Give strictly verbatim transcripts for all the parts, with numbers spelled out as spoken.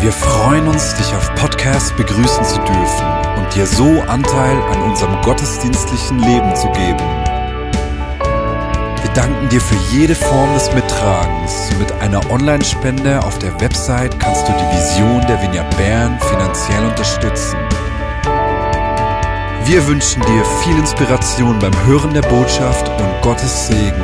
Wir freuen uns, dich auf Podcast begrüßen zu dürfen und dir so Anteil an unserem gottesdienstlichen Leben zu geben. Wir danken dir für jede Form des Mittragens. Mit einer Online-Spende auf der Website kannst du die Vision der Vineyard Bern finanziell unterstützen. Wir wünschen dir viel Inspiration beim Hören der Botschaft und Gottes Segen.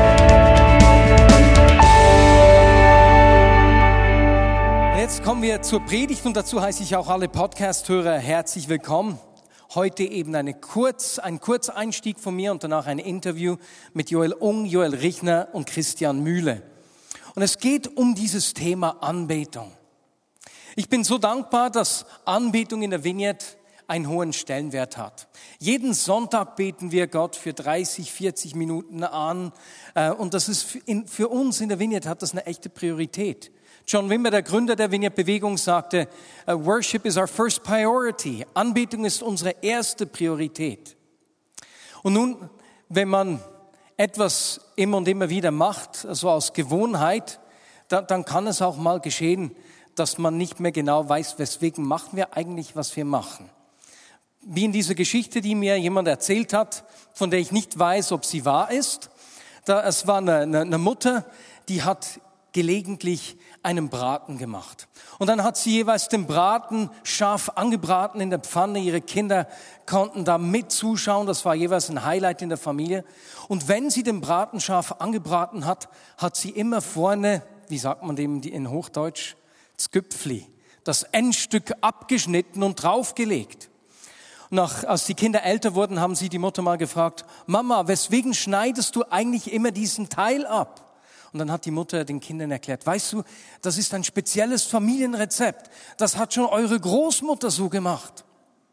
Jetzt kommen wir zur Predigt und dazu heiße ich auch alle Podcast-Hörer herzlich willkommen. Heute eben eine Kurz, ein Kurzeinstieg von mir und danach ein Interview mit Joel Ung, Joel Richner und Christian Mühle. Und es geht um dieses Thema Anbetung. Ich bin so dankbar, dass Anbetung in der Vineyard einen hohen Stellenwert hat. Jeden Sonntag beten wir Gott für dreißig, vierzig Minuten an und das ist für uns in der Vineyard hat das eine echte Priorität. John Wimber, der Gründer der Vineyard-Bewegung, sagte, Worship is our first priority. Anbetung ist unsere erste Priorität. Und nun, wenn man etwas immer und immer wieder macht, also aus Gewohnheit, dann, dann kann es auch mal geschehen, dass man nicht mehr genau weiß, weswegen machen wir eigentlich, was wir machen. Wie in dieser Geschichte, die mir jemand erzählt hat, von der ich nicht weiß, ob sie wahr ist. Da, es war eine, eine, eine Mutter, die hat gelegentlich einen Braten gemacht. Und dann hat sie jeweils den Braten scharf angebraten in der Pfanne. Ihre Kinder konnten da mit zuschauen. Das war jeweils ein Highlight in der Familie. Und wenn sie den Braten scharf angebraten hat, hat sie immer vorne, wie sagt man dem in Hochdeutsch, das Güpfli, das Endstück abgeschnitten und draufgelegt. Nach, als die Kinder älter wurden, haben sie die Mutter mal gefragt, Mama, weswegen schneidest du eigentlich immer diesen Teil ab? Und dann hat die Mutter den Kindern erklärt, weißt du, das ist ein spezielles Familienrezept. Das hat schon eure Großmutter so gemacht.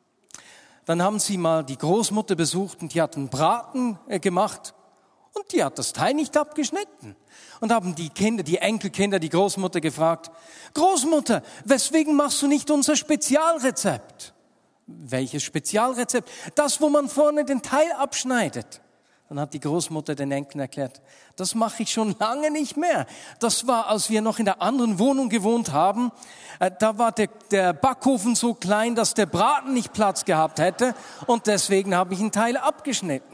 Dann haben sie mal die Großmutter besucht und die hat einen Braten gemacht und die hat das Teil nicht abgeschnitten. Und haben die Kinder, die Enkelkinder, die Großmutter gefragt, Großmutter, weswegen machst du nicht unser Spezialrezept? Welches Spezialrezept? Das, wo man vorne den Teil abschneidet. Dann hat die Großmutter den Enkeln erklärt, das mache ich schon lange nicht mehr. Das war, als wir noch in der anderen Wohnung gewohnt haben. Äh, da war der, der Backofen so klein, dass der Braten nicht Platz gehabt hätte. Und deswegen habe ich einen Teil abgeschnitten.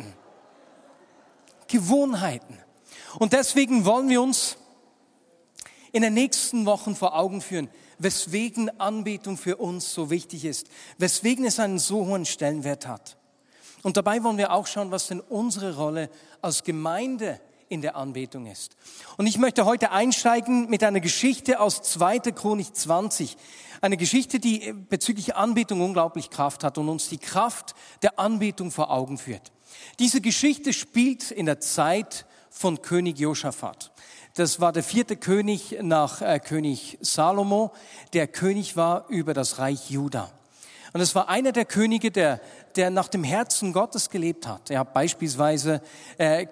Gewohnheiten. Und deswegen wollen wir uns in den nächsten Wochen vor Augen führen, weswegen Anbetung für uns so wichtig ist. Weswegen es einen so hohen Stellenwert hat. Und dabei wollen wir auch schauen, was denn unsere Rolle als Gemeinde in der Anbetung ist. Und ich möchte heute einsteigen mit einer Geschichte aus zweiter Chronik zwanzig. Eine Geschichte, die bezüglich Anbetung unglaublich Kraft hat und uns die Kraft der Anbetung vor Augen führt. Diese Geschichte spielt in der Zeit von König Josaphat. Das war der vierte König nach äh, König Salomo, der König war über das Reich Juda. Und es war einer der Könige, der, der nach dem Herzen Gottes gelebt hat. Er hat beispielsweise äh,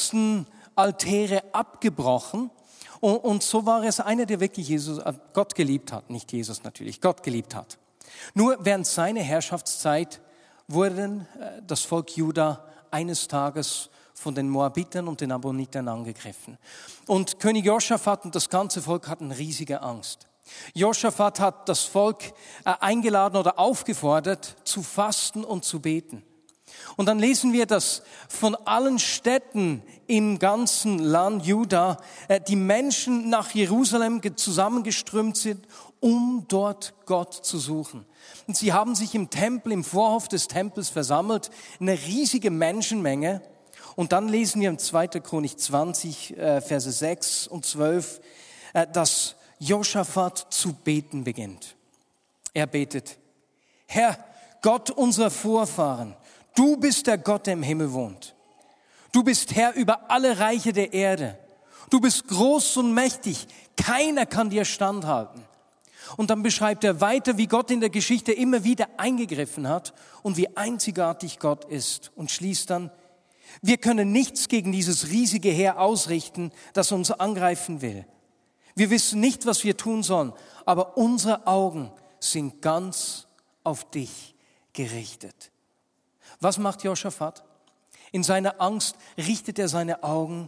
Götzenaltäre abgebrochen. Und, und so war es einer, der wirklich Jesus, äh, Gott geliebt hat. Nicht Jesus natürlich, Gott geliebt hat. Nur während seiner Herrschaftszeit wurden äh, das Volk Juda eines Tages von den Moabitern und den Ammonitern angegriffen. Und König Josaphat und das ganze Volk hatten riesige Angst. Josaphat hat das Volk eingeladen oder aufgefordert, zu fasten und zu beten. Und dann lesen wir, dass von allen Städten im ganzen Land Juda die Menschen nach Jerusalem zusammengeströmt sind, um dort Gott zu suchen. Und sie haben sich im Tempel, im Vorhof des Tempels versammelt, eine riesige Menschenmenge. Und dann lesen wir im zweiter Chronik zwanzig, Verse sechs und zwölf, dass Josaphat zu beten beginnt. Er betet, Herr, Gott unserer Vorfahren, du bist der Gott, der im Himmel wohnt. Du bist Herr über alle Reiche der Erde. Du bist groß und mächtig, keiner kann dir standhalten. Und dann beschreibt er weiter, wie Gott in der Geschichte immer wieder eingegriffen hat und wie einzigartig Gott ist. Und schließt dann, wir können nichts gegen dieses riesige Heer ausrichten, das uns angreifen will. Wir wissen nicht, was wir tun sollen, aber unsere Augen sind ganz auf dich gerichtet. Was macht Josaphat? In seiner Angst richtet er seine Augen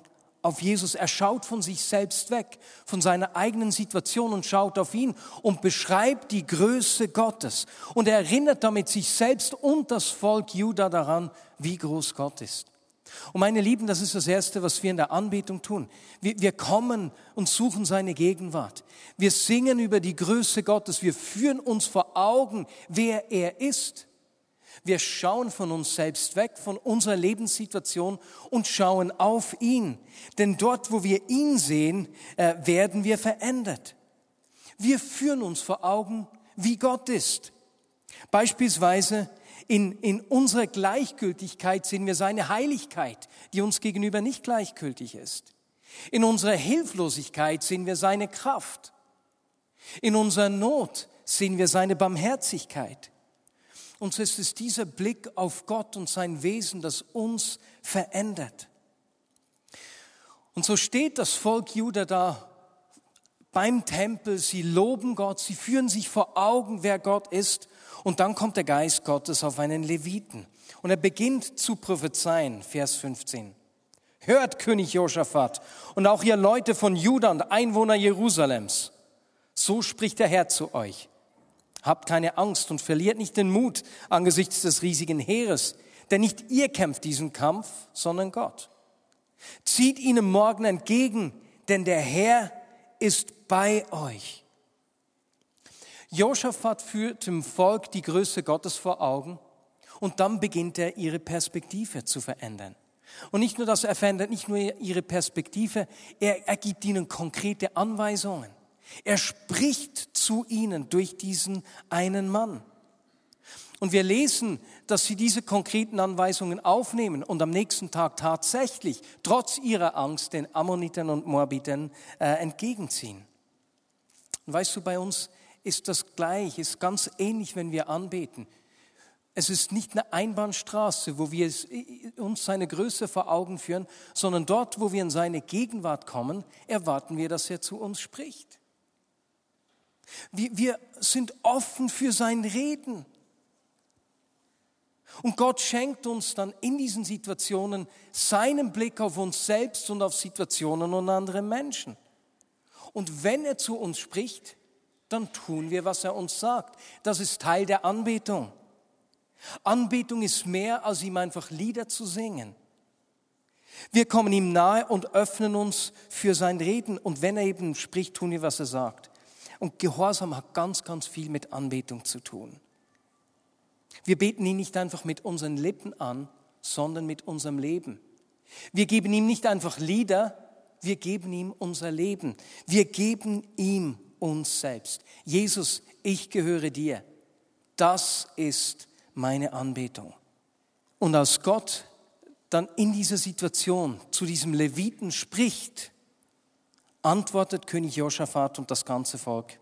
auf Jesus. Er schaut von sich selbst weg, von seiner eigenen Situation und schaut auf ihn und beschreibt die Größe Gottes. Und er erinnert damit sich selbst und das Volk Juda daran, wie groß Gott ist. Und meine Lieben, das ist das Erste, was wir in der Anbetung tun. Wir, wir kommen und suchen seine Gegenwart. Wir singen über die Größe Gottes. Wir führen uns vor Augen, wer er ist. Wir schauen von uns selbst weg, von unserer Lebenssituation und schauen auf ihn. Denn dort, wo wir ihn sehen, äh, werden wir verändert. Wir führen uns vor Augen, wie Gott ist. Beispielsweise in, in unserer Gleichgültigkeit sehen wir seine Heiligkeit, die uns gegenüber nicht gleichgültig ist. In unserer Hilflosigkeit sehen wir seine Kraft. In unserer Not sehen wir seine Barmherzigkeit. Und so ist es dieser Blick auf Gott und sein Wesen, das uns verändert. Und so steht das Volk Juda da beim Tempel, sie loben Gott, sie führen sich vor Augen, wer Gott ist. Und dann kommt der Geist Gottes auf einen Leviten. Und er beginnt zu prophezeien, Vers fünfzehn. Hört, König Josaphat, und auch ihr Leute von Juda und Einwohner Jerusalems. So spricht der Herr zu euch. Habt keine Angst und verliert nicht den Mut angesichts des riesigen Heeres, denn nicht ihr kämpft diesen Kampf, sondern Gott. Zieht ihnen morgen entgegen, denn der Herr ist bei euch. Josaphat führt dem Volk die Größe Gottes vor Augen und dann beginnt er, ihre Perspektive zu verändern. Und nicht nur das, er verändert nicht nur ihre Perspektive, er, er gibt ihnen konkrete Anweisungen. Er spricht zu ihnen durch diesen einen Mann. Und wir lesen, dass sie diese konkreten Anweisungen aufnehmen und am nächsten Tag tatsächlich, trotz ihrer Angst, den Ammonitern und Moabitern äh, entgegenziehen. Und weißt du, bei uns ist das gleich, ist ganz ähnlich, wenn wir anbeten. Es ist nicht eine Einbahnstraße, wo wir uns seine Größe vor Augen führen, sondern dort, wo wir in seine Gegenwart kommen, erwarten wir, dass er zu uns spricht. Wir, wir sind offen für sein Reden. Und Gott schenkt uns dann in diesen Situationen seinen Blick auf uns selbst und auf Situationen und andere Menschen. Und wenn er zu uns spricht, dann tun wir, was er uns sagt. Das ist Teil der Anbetung. Anbetung ist mehr, als ihm einfach Lieder zu singen. Wir kommen ihm nahe und öffnen uns für sein Reden. Und wenn er eben spricht, tun wir, was er sagt. Und Gehorsam hat ganz, ganz viel mit Anbetung zu tun. Wir beten ihn nicht einfach mit unseren Lippen an, sondern mit unserem Leben. Wir geben ihm nicht einfach Lieder, wir geben ihm unser Leben. Wir geben ihm uns selbst. Jesus, ich gehöre dir. Das ist meine Anbetung. Und als Gott dann in dieser Situation zu diesem Leviten spricht, antwortet König Josaphat und das ganze Volk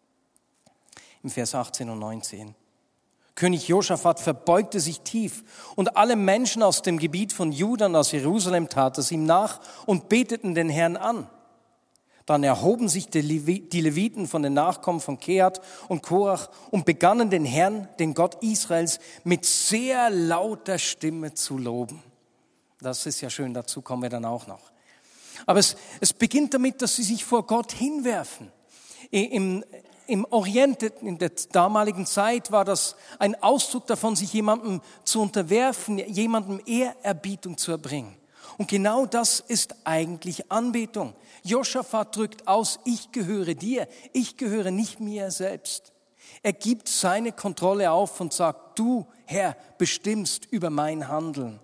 im Vers achtzehn und neunzehn. König Josaphat verbeugte sich tief und alle Menschen aus dem Gebiet von Juda und aus Jerusalem taten es ihm nach und beteten den Herrn an. Dann erhoben sich die Leviten von den Nachkommen von Kehat und Korach und begannen den Herrn, den Gott Israels, mit sehr lauter Stimme zu loben. Das ist ja schön, dazu kommen wir dann auch noch. Aber es, es beginnt damit, dass sie sich vor Gott hinwerfen. Im, Im Orient, in der damaligen Zeit, war das ein Ausdruck davon, sich jemandem zu unterwerfen, jemandem Ehrerbietung zu erbringen. Und genau das ist eigentlich Anbetung. Josaphat drückt aus, ich gehöre dir, ich gehöre nicht mir selbst. Er gibt seine Kontrolle auf und sagt, du, Herr, bestimmst über mein Handeln.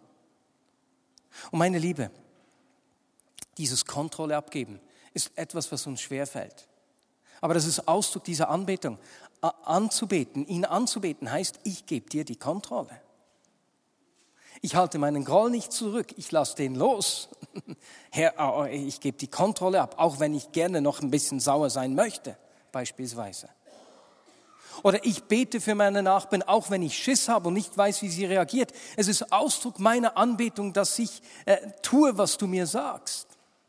Und meine Liebe, dieses Kontrolle abgeben ist etwas, was uns schwerfällt. Aber das ist Ausdruck dieser Anbetung. Anzubeten, ihn anzubeten heißt, ich gebe dir die Kontrolle. Ich halte meinen Groll nicht zurück, ich lasse den los. Herr, ich gebe die Kontrolle ab, auch wenn ich gerne noch ein bisschen sauer sein möchte, beispielsweise. Oder ich bete für meine Nachbarn, auch wenn ich Schiss habe und nicht weiß, wie sie reagiert. Es ist Ausdruck meiner Anbetung, dass ich äh, tue, was du mir sagst.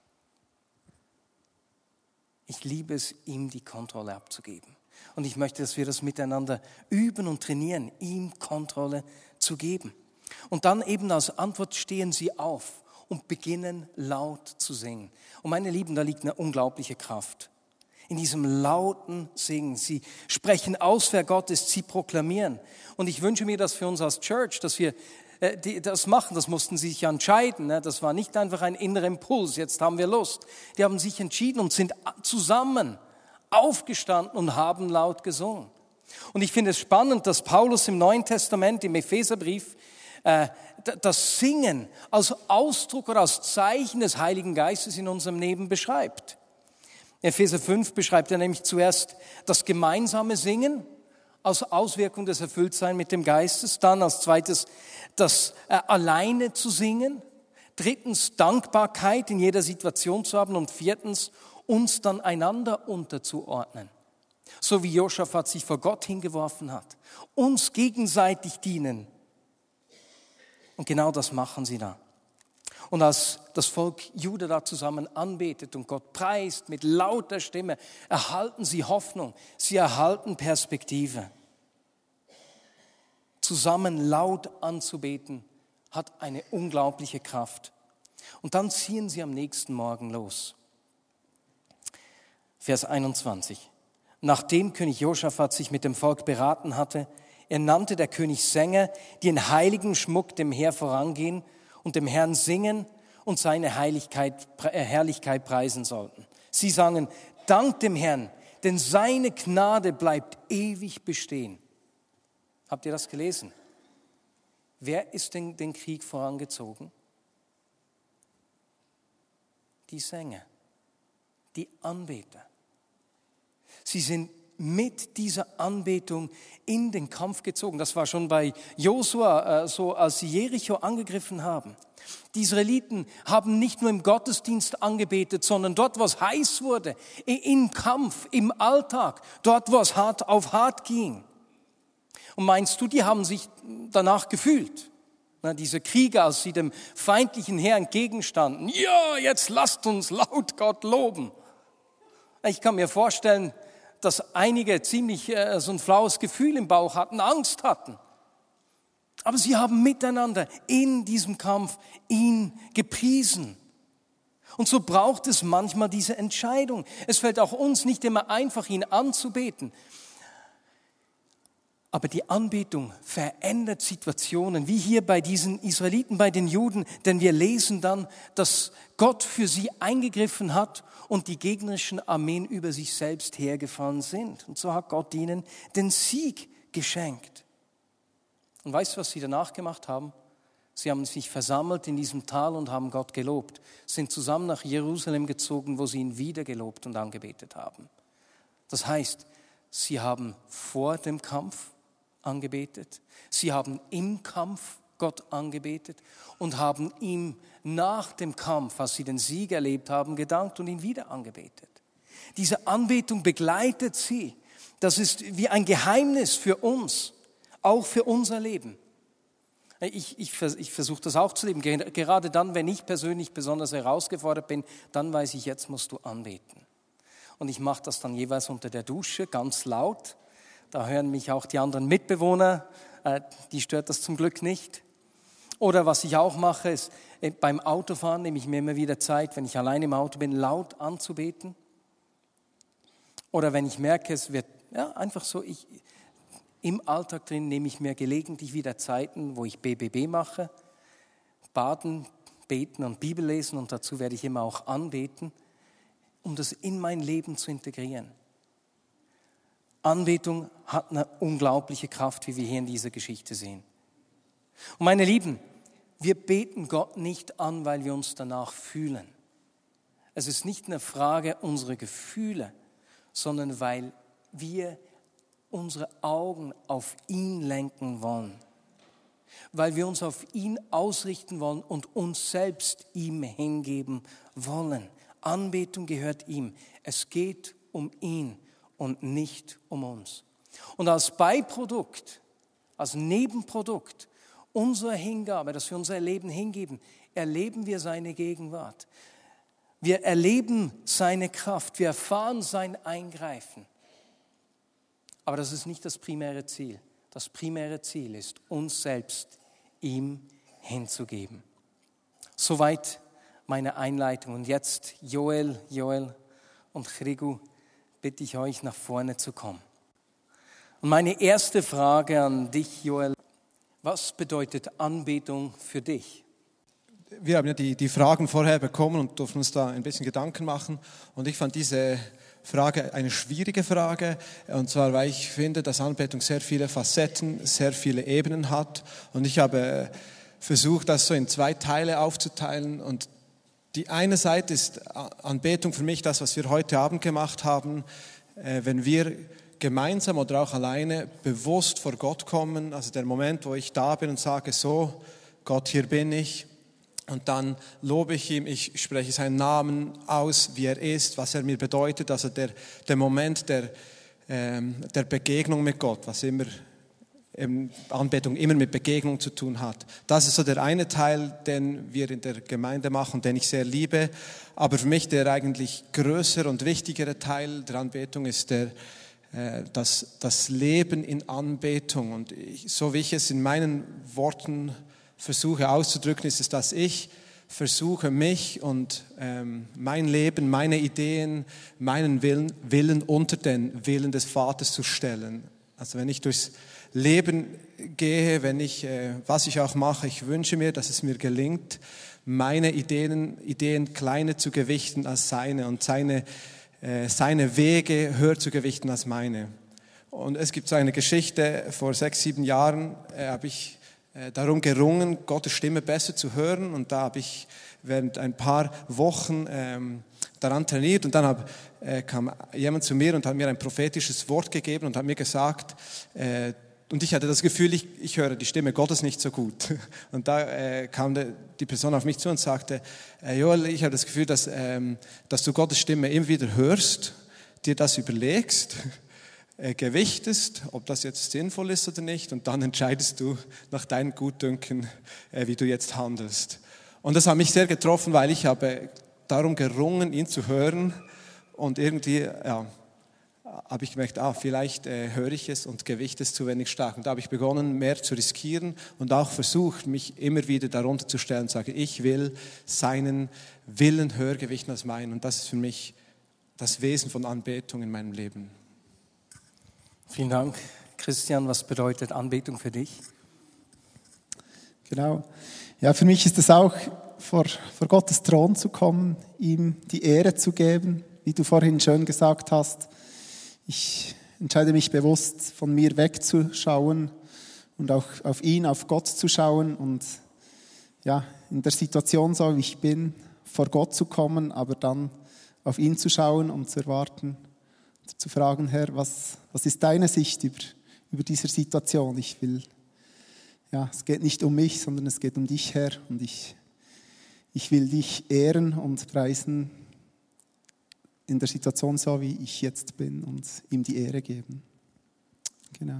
Ich liebe es, ihm die Kontrolle abzugeben. Und ich möchte, dass wir das miteinander üben und trainieren, ihm Kontrolle zu geben. Und dann eben als Antwort stehen sie auf und beginnen laut zu singen. Und meine Lieben, da liegt eine unglaubliche Kraft. In diesem lauten Singen. Sie sprechen aus, wer Gott ist, sie proklamieren. Und ich wünsche mir das für uns als Church, dass wir äh, die, das machen. Das mussten sie sich entscheiden. Ne? Das war nicht einfach ein innerer Impuls, jetzt haben wir Lust. Die haben sich entschieden und sind zusammen aufgestanden und haben laut gesungen. Und ich finde es spannend, dass Paulus im Neuen Testament, im Epheserbrief, äh, das Singen als Ausdruck oder als Zeichen des Heiligen Geistes in unserem Leben beschreibt. Epheser fünf beschreibt er nämlich zuerst das gemeinsame Singen als Auswirkung des Erfülltseins mit dem Geistes, dann als zweites das äh, alleine zu singen, drittens Dankbarkeit in jeder Situation zu haben und viertens uns dann einander unterzuordnen, so wie Josaphat sich vor Gott hingeworfen hat, uns gegenseitig dienen. Und genau das machen sie da. Und als das Volk Juda da zusammen anbetet und Gott preist mit lauter Stimme, erhalten sie Hoffnung, sie erhalten Perspektive. Zusammen laut anzubeten hat eine unglaubliche Kraft. Und dann ziehen sie am nächsten Morgen los. Vers einundzwanzig. Nachdem König Josaphat sich mit dem Volk beraten hatte, ernannte der König Sänger, die in heiligem Schmuck dem Heer vorangehen und dem Herrn singen und seine Heiligkeit, äh, Herrlichkeit preisen sollten. Sie sangen, Dank dem Herrn, denn seine Gnade bleibt ewig bestehen. Habt ihr das gelesen? Wer ist denn den Krieg vorangezogen? Die Sänger, die Anbeter. Sie sind mit dieser Anbetung in den Kampf gezogen. Das war schon bei Josua äh, so, als sie Jericho angegriffen haben. Die Israeliten haben nicht nur im Gottesdienst angebetet, sondern dort, wo es heiß wurde, im Kampf, im Alltag, dort, wo es hart auf hart ging. Und meinst du, die haben sich danach gefühlt? Na, diese Krieger, als sie dem feindlichen Heer entgegenstanden. Ja, jetzt lasst uns laut Gott loben. Ich kann mir vorstellen, dass einige ziemlich äh, so ein flaues Gefühl im Bauch hatten, Angst hatten. Aber sie haben miteinander in diesem Kampf ihn gepriesen. Und so braucht es manchmal diese Entscheidung. Es fällt auch uns nicht immer einfach, ihn anzubeten. Aber die Anbetung verändert Situationen, wie hier bei diesen Israeliten, bei den Juden, denn wir lesen dann, dass Gott für sie eingegriffen hat und die gegnerischen Armeen über sich selbst hergefallen sind. Und so hat Gott ihnen den Sieg geschenkt. Und weißt du, was sie danach gemacht haben? Sie haben sich versammelt in diesem Tal und haben Gott gelobt, sind zusammen nach Jerusalem gezogen, wo sie ihn wieder gelobt und angebetet haben. Das heißt, sie haben vor dem Kampf angebetet, sie haben im Kampf Gott angebetet und haben ihm nach dem Kampf, als sie den Sieg erlebt haben, gedankt und ihn wieder angebetet. Diese Anbetung begleitet sie. Das ist wie ein Geheimnis für uns, auch für unser Leben. Ich, ich, ich versuche das auch zu leben. Gerade dann, wenn ich persönlich besonders herausgefordert bin, dann weiß ich, jetzt musst du anbeten. Und ich mache das dann jeweils unter der Dusche, ganz laut. Da hören mich auch die anderen Mitbewohner, äh, die stört das zum Glück nicht. Oder was ich auch mache, ist äh, beim Autofahren nehme ich mir immer wieder Zeit, wenn ich allein im Auto bin, laut anzubeten. Oder wenn ich merke, es wird ja, einfach so, ich, im Alltag drin nehme ich mir gelegentlich wieder Zeiten, wo ich B B B mache, baden, beten und Bibel lesen und dazu werde ich immer auch anbeten, um das in mein Leben zu integrieren. Anbetung hat eine unglaubliche Kraft, wie wir hier in dieser Geschichte sehen. Und meine Lieben, wir beten Gott nicht an, weil wir uns danach fühlen. Es ist nicht eine Frage unserer Gefühle, sondern weil wir unsere Augen auf ihn lenken wollen. Weil wir uns auf ihn ausrichten wollen und uns selbst ihm hingeben wollen. Anbetung gehört ihm. Es geht um ihn und nicht um uns. Und als Beiprodukt, als Nebenprodukt unserer Hingabe, dass wir unser Leben hingeben, erleben wir seine Gegenwart. Wir erleben seine Kraft, wir erfahren sein Eingreifen. Aber das ist nicht das primäre Ziel. Das primäre Ziel ist, uns selbst ihm hinzugeben. Soweit meine Einleitung. Und jetzt, Joel, Joel und Chrigu, bitte ich euch, nach vorne zu kommen. Und meine erste Frage an dich, Joel: Was bedeutet Anbetung für dich? Wir haben ja die, die Fragen vorher bekommen und durften uns da ein bisschen Gedanken machen. Und ich fand diese Frage eine schwierige Frage. Und zwar, weil ich finde, dass Anbetung sehr viele Facetten, sehr viele Ebenen hat. Und ich habe versucht, das so in zwei Teile aufzuteilen. Und die eine Seite ist Anbetung für mich, das, was wir heute Abend gemacht haben, wenn wir gemeinsam oder auch alleine bewusst vor Gott kommen. Also der Moment, wo ich da bin und sage, so, Gott, hier bin ich. Und dann lobe ich ihm, ich spreche seinen Namen aus, wie er ist, was er mir bedeutet. Also der, der Moment der, ähm, der Begegnung mit Gott, was immer ähm, Anbetung immer mit Begegnung zu tun hat. Das ist so der eine Teil, den wir in der Gemeinde machen, den ich sehr liebe. Aber für mich der eigentlich größere und wichtigere Teil der Anbetung ist der, äh, das, das Leben in Anbetung. Und ich, so wie ich es in meinen Worten versuche auszudrücken, ist es, dass ich versuche, mich und ähm, mein Leben, meine Ideen, meinen Willen, Willen unter den Willen des Vaters zu stellen. Also wenn ich durchs Leben gehe, wenn ich, äh, was ich auch mache, ich wünsche mir, dass es mir gelingt, meine Ideen, Ideen kleiner zu gewichten als seine und seine, äh, seine Wege höher zu gewichten als meine. Und es gibt so eine Geschichte, vor sechs, sieben Jahren äh, habe ich darum gerungen, Gottes Stimme besser zu hören. Und da habe ich während ein paar Wochen ähm, daran trainiert. Und dann hab, äh, kam jemand zu mir und hat mir ein prophetisches Wort gegeben und hat mir gesagt, äh, und ich hatte das Gefühl, ich, ich höre die Stimme Gottes nicht so gut. Und da äh, kam de, die Person auf mich zu und sagte, äh, Joel, ich habe das Gefühl, dass, ähm, dass du Gottes Stimme immer wieder hörst, dir das überlegst, gewichtest, ob das jetzt sinnvoll ist oder nicht, und dann entscheidest du nach deinem Gutdünken, wie du jetzt handelst. Und das hat mich sehr getroffen, weil ich habe darum gerungen, ihn zu hören, und irgendwie ja, habe ich gemerkt, ah, vielleicht äh, höre ich es und gewichte es zu wenig stark. Und da habe ich begonnen, mehr zu riskieren und auch versucht, mich immer wieder darunter zu stellen und sage, ich will seinen Willen höher gewichten als meinen. Und das ist für mich das Wesen von Anbetung in meinem Leben. Vielen Dank. Christian, was bedeutet Anbetung für dich? Genau. Ja, für mich ist es auch, vor, vor Gottes Thron zu kommen, ihm die Ehre zu geben, wie du vorhin schön gesagt hast. Ich entscheide mich bewusst, von mir wegzuschauen und auch auf ihn, auf Gott zu schauen und ja, in der Situation, so wie ich bin, vor Gott zu kommen, aber dann auf ihn zu schauen und zu erwarten, zu fragen, Herr, was, was ist deine Sicht über, über diese Situation? Ich will, ja, es geht nicht um mich, sondern es geht um dich, Herr, und ich, ich will dich ehren und preisen in der Situation so, wie ich jetzt bin, und ihm die Ehre geben. Genau.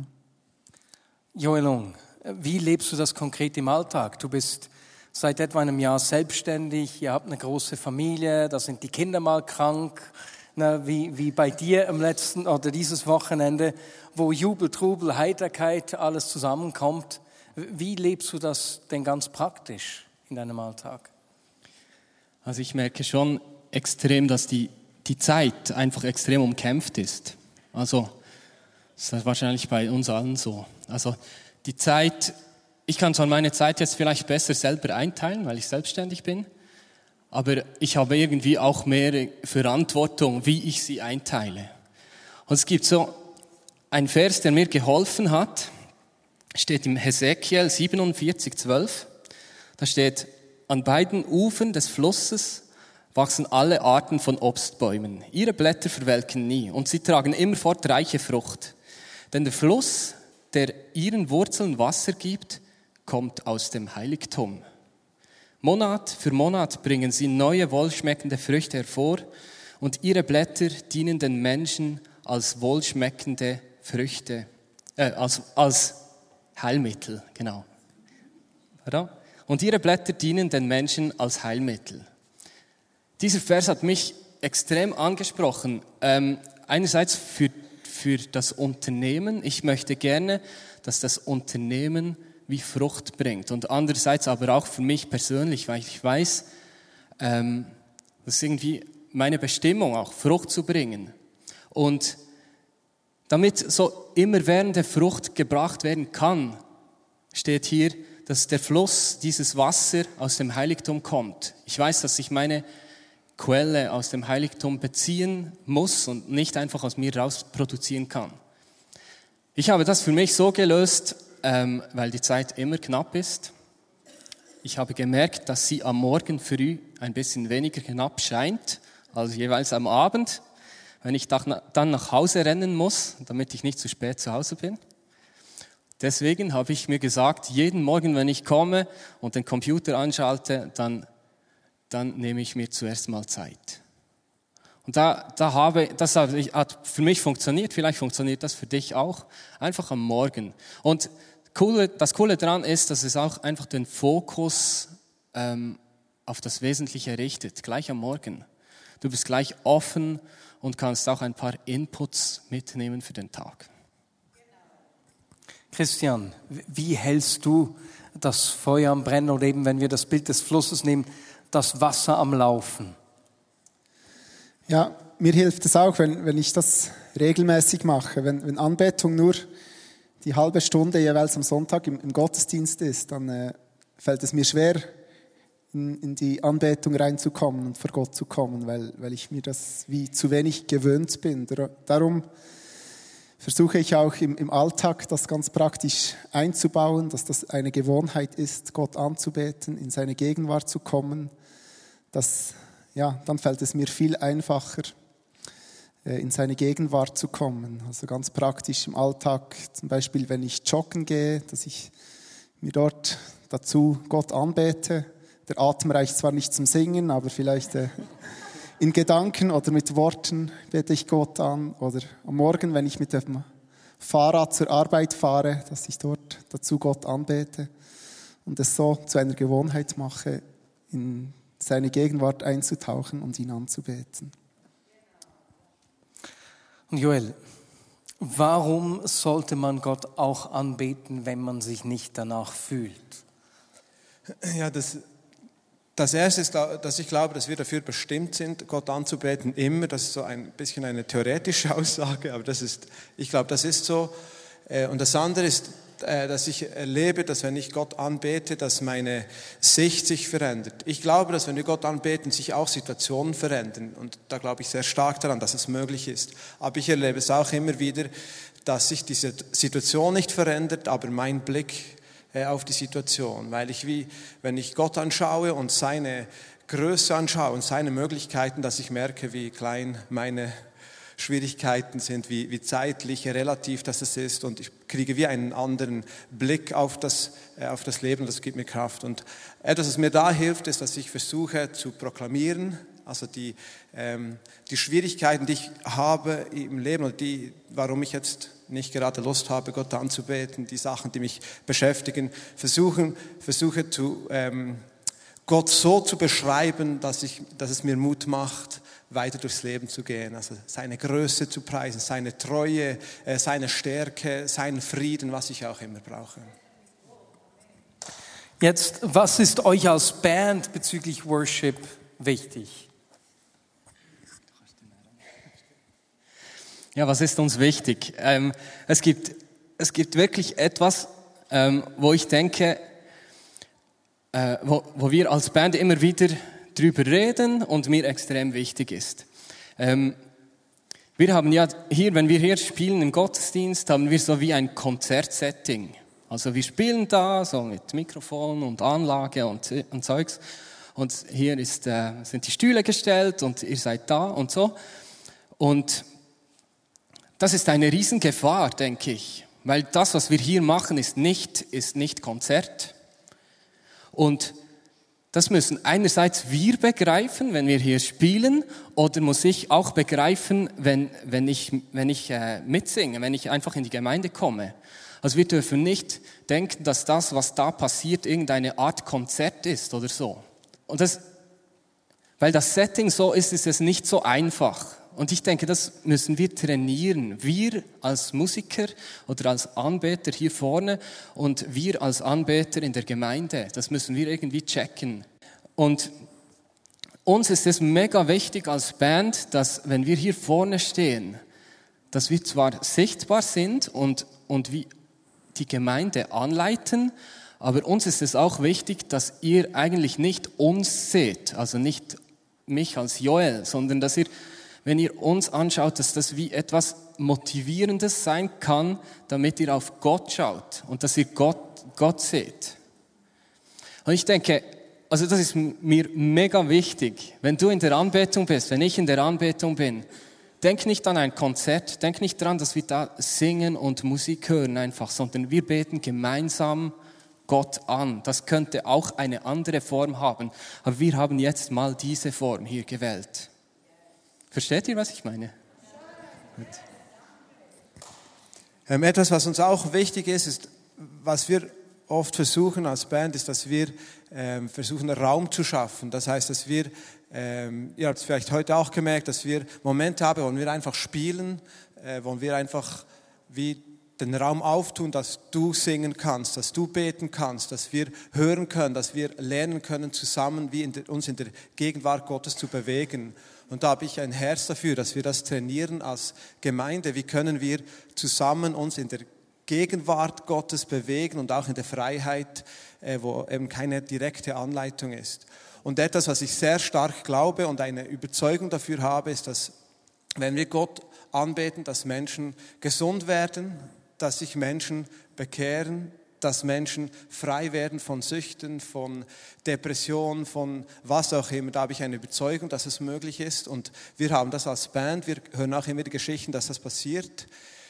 Joel Ung, wie lebst du das konkret im Alltag? Du bist seit etwa einem Jahr selbstständig, ihr habt eine große Familie, da sind die Kinder mal krank. Na, wie, wie bei dir am letzten oder dieses Wochenende, wo Jubel, Trubel, Heiterkeit, alles zusammenkommt. Wie lebst du das denn ganz praktisch in deinem Alltag? Also ich merke schon extrem, dass die, die Zeit einfach extrem umkämpft ist. Also das ist wahrscheinlich bei uns allen so. Also die Zeit, ich kann zwar meine Zeit jetzt vielleicht besser selber einteilen, weil ich selbstständig bin, aber ich habe irgendwie auch mehr Verantwortung, wie ich sie einteile. Und es gibt so einen Vers, der mir geholfen hat, steht im Hesekiel siebenundvierzig, zwölf. Da steht, an beiden Ufern des Flusses wachsen alle Arten von Obstbäumen. Ihre Blätter verwelken nie und sie tragen immerfort reiche Frucht. Denn der Fluss, der ihren Wurzeln Wasser gibt, kommt aus dem Heiligtum. Monat für Monat bringen sie neue, wohlschmeckende Früchte hervor und ihre Blätter dienen den Menschen als wohlschmeckende Früchte, äh, als, als Heilmittel, genau. Und ihre Blätter dienen den Menschen als Heilmittel. Dieser Vers hat mich extrem angesprochen. Ähm, einerseits für, für das Unternehmen. Ich möchte gerne, dass das Unternehmen wie Frucht bringt. Und andererseits aber auch für mich persönlich, weil ich weiß, ähm, das ist irgendwie meine Bestimmung auch, Frucht zu bringen. Und damit so immerwährende Frucht gebracht werden kann, steht hier, dass der Fluss, dieses Wasser aus dem Heiligtum kommt. Ich weiß, dass ich meine Quelle aus dem Heiligtum beziehen muss und nicht einfach aus mir raus produzieren kann. Ich habe das für mich so gelöst, ähm, weil die Zeit immer knapp ist. Ich habe gemerkt, dass sie am Morgen früh ein bisschen weniger knapp scheint, als jeweils am Abend, wenn ich dann nach Hause rennen muss, damit ich nicht zu spät zu Hause bin. Deswegen habe ich mir gesagt, jeden Morgen, wenn ich komme und den Computer anschalte, dann, dann nehme ich mir zuerst mal Zeit. Und da, da habe, das hat für mich funktioniert, vielleicht funktioniert das für dich auch, einfach am Morgen. Und coole, das Coole daran ist, dass es auch einfach den Fokus ähm, auf das Wesentliche richtet, gleich am Morgen. Du bist gleich offen und kannst auch ein paar Inputs mitnehmen für den Tag. Christian, wie hältst du das Feuer am Brennen oder eben, wenn wir das Bild des Flusses nehmen, das Wasser am Laufen? Ja, mir hilft es auch, wenn, wenn ich das regelmäßig mache. Wenn, wenn Anbetung nur die halbe Stunde jeweils am Sonntag im, im Gottesdienst ist, dann äh, fällt es mir schwer, in, in die Anbetung reinzukommen und vor Gott zu kommen, weil, weil ich mir das wie zu wenig gewöhnt bin. Darum versuche ich auch im, im Alltag das ganz praktisch einzubauen, dass das eine Gewohnheit ist, Gott anzubeten, in seine Gegenwart zu kommen. Das, ja, dann fällt es mir viel einfacher, in seine Gegenwart zu kommen. Also ganz praktisch im Alltag, zum Beispiel wenn ich joggen gehe, dass ich mir dort dazu Gott anbete. Der Atem reicht zwar nicht zum Singen, aber vielleicht äh, in Gedanken oder mit Worten bete ich Gott an. Oder am Morgen, wenn ich mit dem Fahrrad zur Arbeit fahre, dass ich dort dazu Gott anbete und es so zu einer Gewohnheit mache, in seine Gegenwart einzutauchen und ihn anzubeten. Und Joel, warum sollte man Gott auch anbeten, wenn man sich nicht danach fühlt? Ja, das, das Erste ist, dass ich glaube, dass wir dafür bestimmt sind, Gott anzubeten, immer. Das ist so ein bisschen eine theoretische Aussage, aber das ist, ich glaube, das ist so. Und das andere ist, dass ich erlebe, dass wenn ich Gott anbete, dass meine Sicht sich verändert. Ich glaube, dass wenn wir Gott anbeten, sich auch Situationen verändern. Und da glaube ich sehr stark daran, dass es möglich ist. Aber ich erlebe es auch immer wieder, dass sich diese Situation nicht verändert, aber mein Blick auf die Situation. Weil ich wie, wenn ich Gott anschaue und seine Größe anschaue und seine Möglichkeiten, dass ich merke, wie klein meine Schwierigkeiten sind, wie, wie zeitlich relativ das ist, und ich kriege wie einen anderen Blick auf das, äh, auf das Leben, und das gibt mir Kraft. Und etwas, was mir da hilft, ist, dass ich versuche zu proklamieren, also die, ähm, die Schwierigkeiten, die ich habe im Leben, und die, warum ich jetzt nicht gerade Lust habe, Gott anzubeten, die Sachen, die mich beschäftigen, versuchen, versuche zu, ähm, Gott so zu beschreiben, dass, ich, dass es mir Mut macht, weiter durchs Leben zu gehen, also seine Größe zu preisen, seine Treue, seine Stärke, seinen Frieden, was ich auch immer brauche. Jetzt, was ist euch als Band bezüglich Worship wichtig? Ja, was ist uns wichtig? Ähm, es gibt, es gibt wirklich etwas, ähm, wo ich denke, äh, wo, wo wir als Band immer wieder drüber reden und mir extrem wichtig ist. Ähm, wir haben ja hier, wenn wir hier spielen im Gottesdienst, haben wir so wie ein Konzertsetting. Also wir spielen da so mit Mikrofon und Anlage und, und Zeugs. Und hier ist, äh, sind die Stühle gestellt und ihr seid da und so. Und das ist eine Riesengefahr, denke ich. Weil das, was wir hier machen, ist nicht, ist nicht Konzert. Und das müssen einerseits wir begreifen, wenn wir hier spielen, oder muss ich auch begreifen, wenn, wenn ich, wenn ich äh, mitsinge, wenn ich einfach in die Gemeinde komme. Also wir dürfen nicht denken, dass das, was da passiert, irgendeine Art Konzert ist oder so. Und das, weil das Setting so ist, ist es nicht so einfach. Und ich denke, das müssen wir trainieren. Wir als Musiker oder als Anbeter hier vorne und wir als Anbeter in der Gemeinde, das müssen wir irgendwie checken. Und uns ist es mega wichtig als Band, dass wenn wir hier vorne stehen, dass wir zwar sichtbar sind und, und wie die Gemeinde anleiten, aber uns ist es auch wichtig, dass ihr eigentlich nicht uns seht, also nicht mich als Joel, sondern dass ihr, wenn ihr uns anschaut, dass das wie etwas Motivierendes sein kann, damit ihr auf Gott schaut und dass ihr Gott, Gott seht. Und ich denke, also das ist mir mega wichtig, wenn du in der Anbetung bist, wenn ich in der Anbetung bin, denk nicht an ein Konzert, denk nicht daran, dass wir da singen und Musik hören einfach, sondern wir beten gemeinsam Gott an. Das könnte auch eine andere Form haben, aber wir haben jetzt mal diese Form hier gewählt. Versteht ihr, was ich meine? Gut. Ähm, etwas, was uns auch wichtig ist, ist, was wir oft versuchen als Band, ist, dass wir ähm, versuchen, Raum zu schaffen. Das heißt, dass wir, ähm, ihr habt es vielleicht heute auch gemerkt, dass wir Momente haben, wo wir einfach spielen, äh, wo wir einfach wie den Raum auftun, dass du singen kannst, dass du beten kannst, dass wir hören können, dass wir lernen können, zusammen wie in der, uns in der Gegenwart Gottes zu bewegen. Und da habe ich ein Herz dafür, dass wir das trainieren als Gemeinde. Wie können wir zusammen uns in der Gegenwart Gottes bewegen und auch in der Freiheit, wo eben keine direkte Anleitung ist. Und etwas, was ich sehr stark glaube und eine Überzeugung dafür habe, ist, dass wenn wir Gott anbeten, dass Menschen gesund werden, dass sich Menschen bekehren, dass Menschen frei werden von Süchten, von Depressionen, von was auch immer. Da habe ich eine Überzeugung, dass es möglich ist. Und wir haben das als Band, wir hören auch immer die Geschichten, dass das passiert.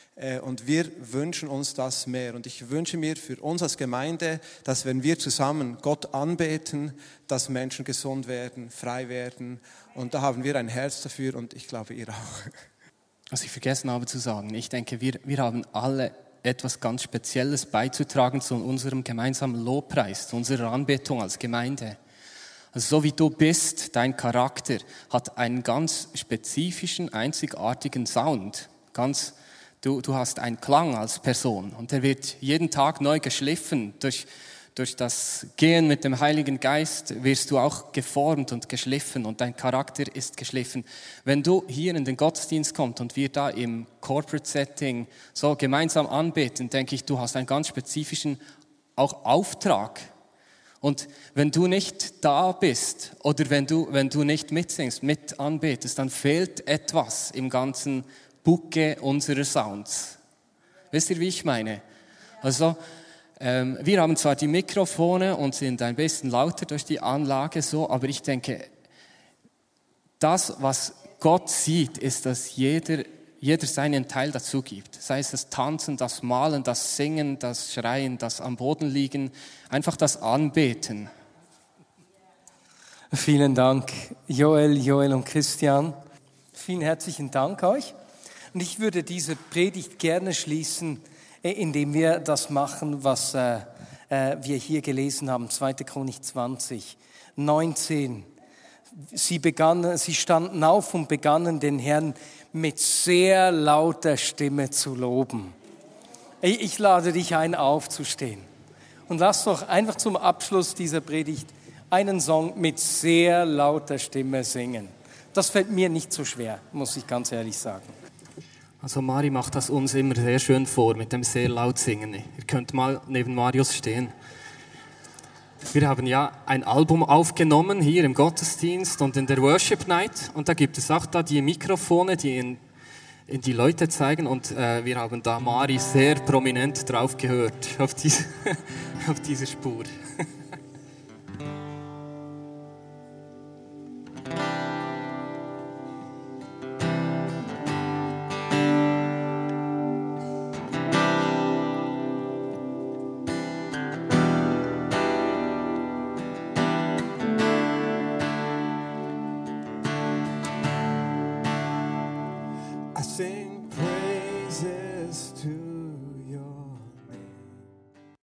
Und wir wünschen uns das mehr. Und ich wünsche mir für uns als Gemeinde, dass wenn wir zusammen Gott anbeten, dass Menschen gesund werden, frei werden. Und da haben wir ein Herz dafür und ich glaube, ihr auch. Was ich vergessen habe zu sagen, ich denke, wir, wir haben alle etwas ganz Spezielles beizutragen zu unserem gemeinsamen Lobpreis, zu unserer Anbetung als Gemeinde. Also so wie du bist, dein Charakter hat einen ganz spezifischen, einzigartigen Sound. Ganz, du, du hast einen Klang als Person und der wird jeden Tag neu geschliffen. Durch, durch das Gehen mit dem Heiligen Geist wirst du auch geformt und geschliffen und dein Charakter ist geschliffen. Wenn du hier in den Gottesdienst kommst und wir da im Corporate Setting so gemeinsam anbeten, denke ich, du hast einen ganz spezifischen auch Auftrag. Und wenn du nicht da bist oder wenn du, wenn du nicht mitsingst, mit anbetest, dann fehlt etwas im ganzen Bouquet unserer Sounds. Wisst ihr, wie ich meine? Also, ähm, wir haben zwar die Mikrofone und sind ein bisschen lauter durch die Anlage so, aber ich denke, das, was Gott sieht, ist, dass jeder, jeder seinen Teil dazu gibt. Sei es das Tanzen, das Malen, das Singen, das Schreien, das am Boden liegen, einfach das Anbeten. Vielen Dank, Joel, Joel und Christian. Vielen herzlichen Dank euch. Und ich würde diese Predigt gerne schließen, indem wir das machen, was äh, äh, wir hier gelesen haben, zweite Chronik zwanzig, neunzehn. Sie begannen, sie standen auf und begannen den Herrn mit sehr lauter Stimme zu loben. Ich, ich lade dich ein, aufzustehen. Und lass doch einfach zum Abschluss dieser Predigt einen Song mit sehr lauter Stimme singen. Das fällt mir nicht so schwer, muss ich ganz ehrlich sagen. Also Mari macht das uns immer sehr schön vor, mit dem sehr laut Singen. Ihr könnt mal neben Marius stehen. Wir haben ja ein Album aufgenommen hier im Gottesdienst und in der Worship Night. Und da gibt es auch da die Mikrofone, die in, in die Leute zeigen. Und äh, wir haben da Mari sehr prominent drauf gehört, auf diese, auf diese Spur. Sing praises to